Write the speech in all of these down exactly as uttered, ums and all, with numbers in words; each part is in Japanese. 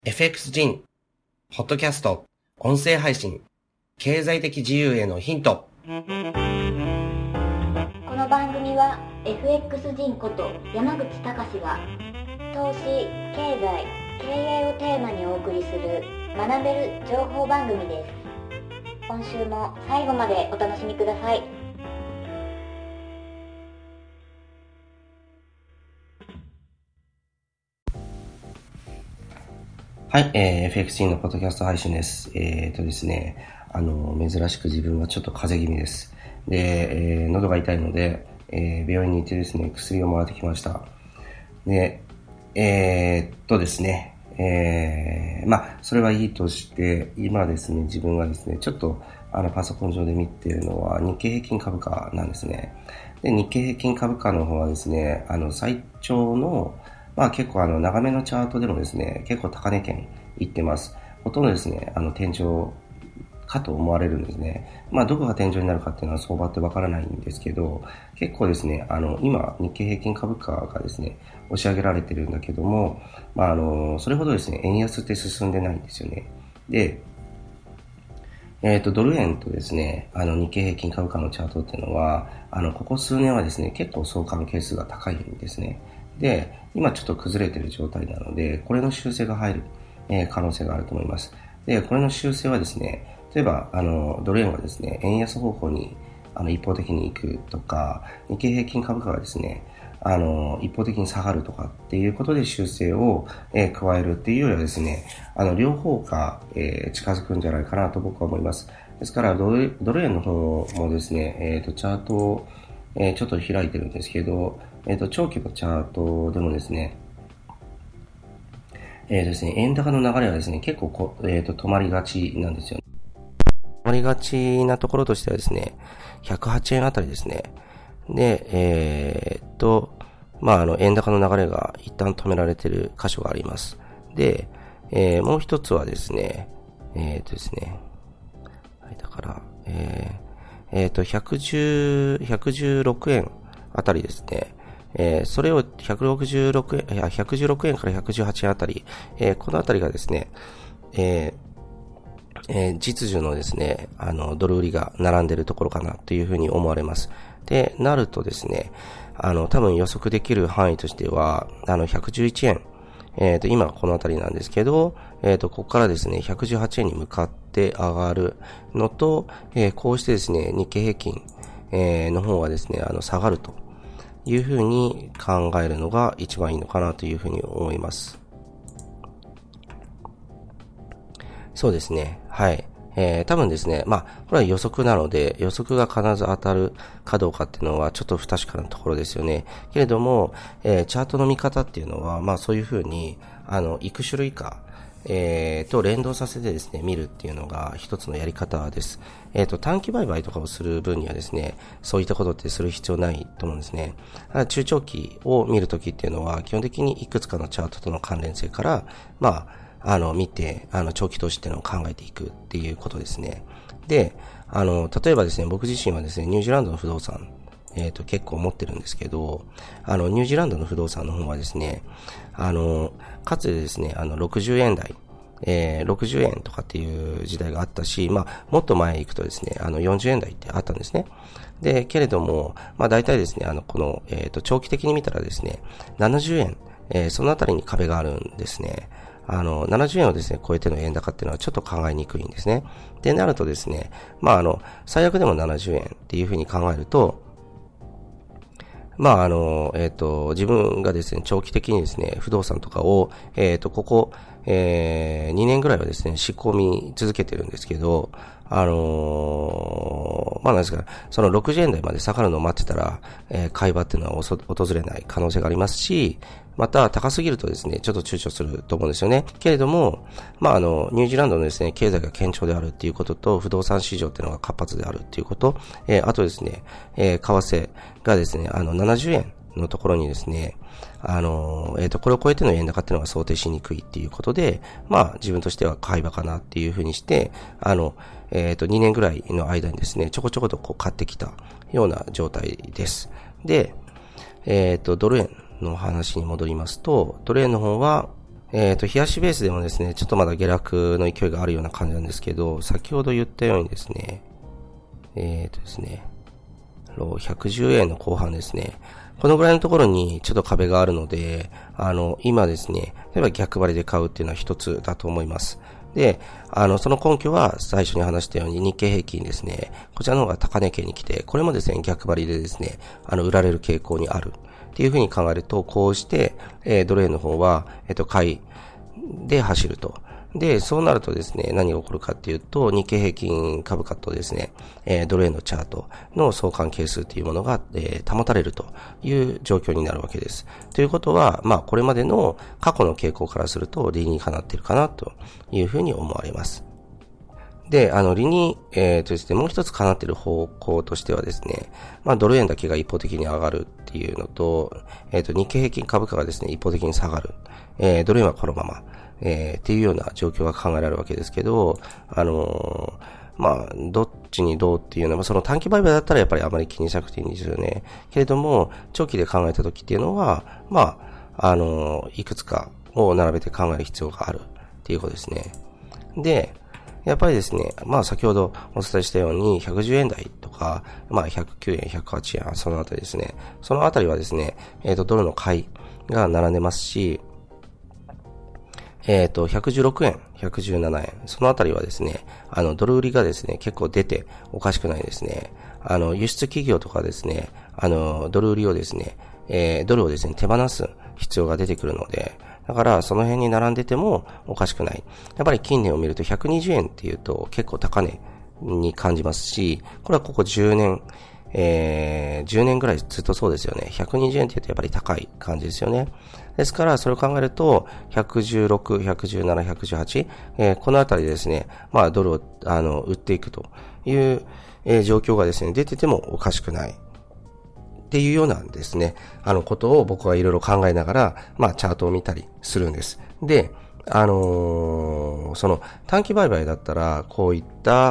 エフエックス ジン、ポッドキャスト、音声配信、経済的自由へのヒント。 この番組は エフエックス ジンこと山口隆が投資、経済、経営をテーマにお送りする学べる情報番組です。今週も最後までお楽しみください。 はい、えー、エフエックス ジンのポッドキャスト配信です。えーとですね、あの、珍しく自分はちょっと風邪気味です。で、えー、喉が痛いので、えー、病院に行ってですね、薬をもらってきました。で、えー、っとですね、えー、まあ、それはいいとして、今ですね、自分がですね、ちょっと、あの、パソコン上で見ているのは、日経平均株価なんですね。で、日経平均株価の方はですね、あの、最長の、まあ結構あの長めのチャートでもですね、結構高値圏いってます。ほとんどですね、あの天井かと思われるんですね。まあどこが天井になるかっていうのは相場ってわからないんですけど、結構ですね、あの今日経平均株価がですね、押し上げられてるんだけども、まああの、それほどですね、円安って進んでないんですよね。で、えっと、ドル円とですね、あの日経平均株価のチャートっていうのは、あの、ここ数年はですね、結構相関係数が高いんですね。で、今ちょっと崩れている状態なので、これの修正が入る、えー、可能性があると思います。で、これの修正はですね、例えば、あの、ドル円がですね、円安方向に、あの、一方的に行くとか、日経平均株価がですね、あの、一方的に下がるとかっていうことで修正を、えー、加えるっていうよりはですね、あの、両方が、えー、近づくんじゃないかなと僕は思います。ですから、ドル、ドル円の方もですね、えっと、チャートを、えー、ちょっと開いてるんですけど、えっと、長期のチャートでもですね、えーですね、円高の流れはですね、結構こ、えっと、止まりがちなんですよ。止まりがちなところとしてはですね、ひゃくはちえんあたりですね。で、えー、っと、まあ、あの、円高の流れが一旦止められている箇所があります。で、えー、もう一つはですね、えー、っとですね、はい、だから、えー、えー、っと、ひゃくじゅう、ひゃくじゅうろくえんあたりですね、えー、それをひゃくろくじゅうろくえん、いや、ひゃくじゅうろくえんからひゃくじゅうはちえんあたり、えー、このあたりがですね、えーえー、実需のですね、あの、ドル売りが並んでいるところかなというふうに思われます。で、なるとですね、あの、多分予測できる範囲としては、あの、ひゃくじゅういちえん、えっと、今このあたりなんですけど、えっと、ここからですね、ひゃくじゅうはちえんに向かって上がるのと、えー、こうしてですね、日経平均、えー、の方はですね、あの、下がるというふうに考えるのが一番いいのかなというふうに思います。そうですね。はい。えー、多分ですね、まあ、これは予測なので、予測が必ず当たるかどうかっていうのはちょっと不確かなところですよね。けれども、えー、チャートの見方っていうのは、まあそういうふうに、あの、いく種類か、えー、と連動させてですね、見るっていうのが一つのやり方です。えっと、短期売買とかをする分にはですね、そういったことってする必要ないと思うんですね。中長期を見るときっていうのは、基本的にいくつかのチャートとの関連性から、まあ、あの、見て、あの、長期投資っていうのを考えていくっていうことですね。で、あの、例えばですね、僕自身はですね、ニュージーランドの不動産、えっと、結構持ってるんですけど、あの、ニュージーランドの不動産の方はですね、あの、かつてですね、あの、ろくじゅうえん台、えー、ろくじゅうえんとかっていう時代があったし、まあ、もっと前行くとですね、あの、よんじゅうえん台ってあったんですね。で、けれども、まあ、大体ですね、あの、この、えっと、長期的に見たらですね、ななじゅうえん、えー、そのあたりに壁があるんですね。あの、ななじゅうえんをですね、超えての円高っていうのはちょっと考えにくいんですね。で、なるとですね、まあ、あの、最悪でもななじゅうえんっていうふうに考えると、まあ、あの、えっと、自分がですね、長期的にですね、不動産とかを、えっと、ここ、えー、にねんぐらいはですね、仕込み続けてるんですけど、あのー、まあなんですか、そのろくじゅうえん台まで下がるのを待ってたら、えー、買い場っていうのは訪れない可能性がありますし、また高すぎるとですね、ちょっと躊躇すると思うんですよね。けれども、まああの、ニュージーランドのですね、経済が堅調であるっていうことと、不動産市場っていうのが活発であるっていうこと、えー、あとですね、えー、為替がですね、あの、ななじゅうえんのところにですね、あの、えっと、これを超えての円高っていうのが想定しにくいっていうことで、まあ、自分としては買い場かなっていうふうにして、あの、えっと、にねんぐらいの間にですね、ちょこちょことこう買ってきたような状態です。で、えっと、ドル円の話に戻りますと、ドル円の方は、 えっと、冷やしベースでもですね、ちょっとまだ下落の勢いがあるような感じなんですけど、先ほど言ったようにですね、えっとですね、ひゃくじゅうえんの後半ですね。このぐらいのところにちょっと壁があるので、あの、今ですね、例えば逆張りで買うっていうのは一つだと思います。で、あの、その根拠は最初に話したように日経平均ですね、こちらの方が高値圏に来て、これもですね、逆張りでですね、あの、売られる傾向にあるっていうふうに考えると、こうして、えー、ドル円の方は、えっと、買いで走ると。で、そうなるとですね、何が起こるかっていうと、日経平均株価とですね、えー、ドル円のチャートの相関係数というものが、えー、保たれるという状況になるわけです。ということは、まあ、これまでの過去の傾向からすると、理にかなっているかなというふうに思われます。で、あの、理に、えー、とですね、もう一つかなっている方向としてはですね、まあ、ドル円だけが一方的に上がるっていうのと、えっと、日経平均株価がですね、一方的に下がる。えー、ドル円はこのまま。えー、っていうような状況が考えられるわけですけど、あのー、まあ、どっちにどうっていうのは、その短期売買だったらやっぱりあまり気にしなくていいんですよね。けれども、長期で考えた時っていうのは、まあ、あのー、いくつかを並べて考える必要があるっていうことですね。で、やっぱりですね、まあ先ほどお伝えしたようにひゃくじゅうえん台とか、まあひゃくきゅうえん、ひゃくはちえん、そのあたりですね。そのあたりはですね、えっと、ドルの買いが並んでますし、えっと、ひゃくじゅうろくえん、ひゃくじゅうななえん、そのあたりはですね、あの、ドル売りがですね、結構出ておかしくないですね。あの、輸出企業とかですね、あの、ドル売りをですね、えー、ドルをですね、手放す必要が出てくるので、だから、その辺に並んでてもおかしくない。やっぱり近年を見るとひゃくにじゅうえんっていうと結構高値に感じますし、これはここじゅうねん、えー、じゅうねんぐらいずっとそうですよね。ひゃくにじゅうえんって言うとやっぱり高い感じですよね。ですから、それを考えると、ひゃくじゅうろく、ひゃくじゅうなな、ひゃくじゅうはち、えー、このあたりでですね、まあ、ドルを、あの、売っていくという、えー、状況がですね、出ててもおかしくない。っていうようなですね、あのことを僕はいろいろ考えながら、まあチャートを見たりするんです。で、あのー、その短期売買だったら、こういった、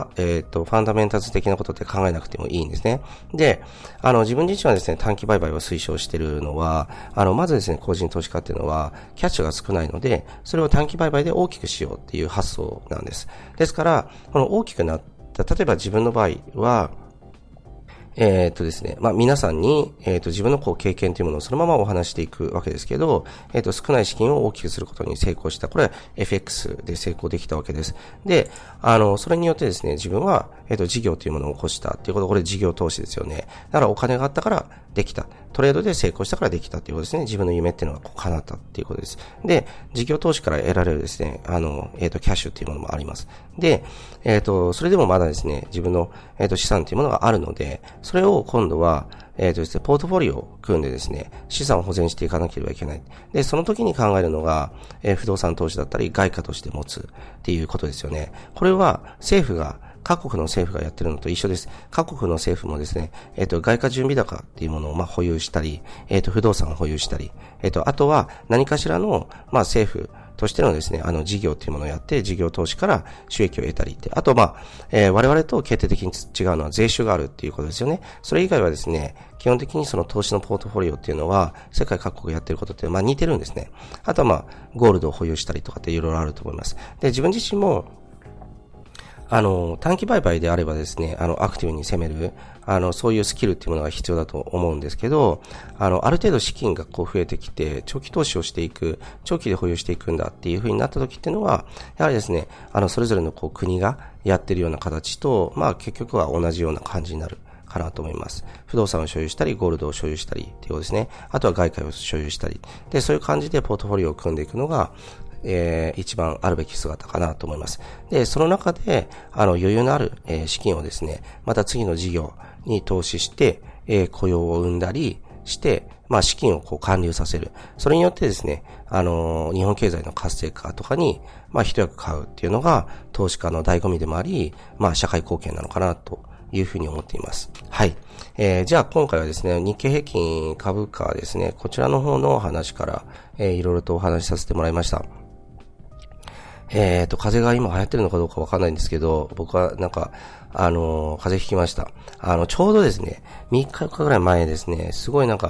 えっと、ファンダメンタルズ的なことって考えなくてもいいんですね。で、あの、自分自身はですね、短期売買を推奨しているのは、あの、まずですね、個人投資家っていうのは、キャッシュが少ないので、それを短期売買で大きくしようっていう発想なんです。ですから、この大きくなった、例えば自分の場合は、えっとですね、まあ皆さんに、えっと自分のこう経験というものをそのままお話していくわけですけど、えっと少ない資金を大きくすることに成功した。これは エフエックス で成功できたわけです。で、あの、それによってですね、自分は、えっと事業というものを起こしたっていうこと、これ事業投資ですよね。だからお金があったからできた。トレードで成功したからできたっていうことですね。自分の夢っていうのがこう叶ったっていうことです。で、事業投資から得られるですね、あの、えっとキャッシュっていうものもあります。で、えっと、それでもまだですね、自分の、えっと資産っていうものがあるので、それを今度は、えっとですね、ポートフォリオを組んでですね、資産を保全していかなければいけない。で、その時に考えるのが、えー、不動産投資だったり、外貨として持つっていうことですよね。これは政府が、各国の政府がやってるのと一緒です。各国の政府もですね、えっと、外貨準備高っていうものをまあ保有したり、えっと、不動産を保有したり、えっと、あとは何かしらの、まあ政府、としてのですね、あの事業というものをやって、事業投資から収益を得たりって、あとまあ、えー、我々と決定的に違うのは税収があるっていうことですよね。それ以外はですね、基本的にその投資のポートフォリオっていうのは、世界各国がやってることってまあ似てるんですね。あとはまあ、ゴールドを保有したりとかっていろいろあると思います。で、自分自身も、あの、短期売買であればですね、あの、アクティブに攻める、あの、そういうスキルっていうものが必要だと思うんですけど、あの、ある程度資金がこう増えてきて、長期投資をしていく、長期で保有していくんだっていう風になった時っていうのは、やはりですね、あの、それぞれのこう国がやってるような形と、まあ結局は同じような感じになるかなと思います。不動産を所有したり、ゴールドを所有したりっていうことですね。あとは外貨を所有したり。で、そういう感じでポートフォリオを組んでいくのが、えー、一番あるべき姿かなと思います。で、その中で、あの、余裕のある、えー、資金をですね、また次の事業に投資して、えー、雇用を生んだりして、まあ、資金をこう還流させる。それによってですね、あのー、日本経済の活性化とかに、まあ、一役買うっていうのが、投資家の醍醐味でもあり、まあ、社会貢献なのかなというふうに思っています。はい。えー、じゃあ今回はですね、日経平均株価ですね、こちらの方の話から、えー、いろいろとお話しさせてもらいました。えっと、風邪が今流行ってるのかどうかわかんないんですけど、僕はなんか、あのー、風邪ひきました。あの、ちょうどですね、みっかぐらい前ですね、すごいなんか、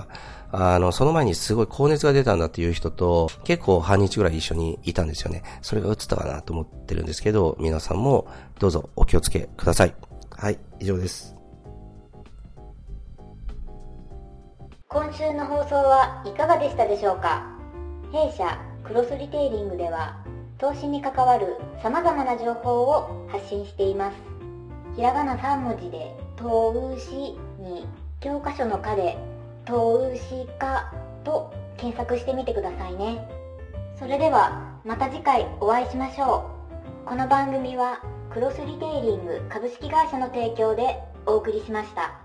あの、その前にすごい高熱が出たんだっていう人と、結構半日ぐらい一緒にいたんですよね。それが移ったかなと思ってるんですけど、皆さんもどうぞお気をつけください。はい、以上です。 今週の放送はいかがでしたでしょうか。弊社クロスリテイリングでは投資に関わる様々な情報を発信しています。ひらがなさん文字で投資に教科書の科で投資家と検索してみてくださいね。それではまた次回お会いしましょう。この番組はクロスリテイリング株式会社の提供でお送りしました。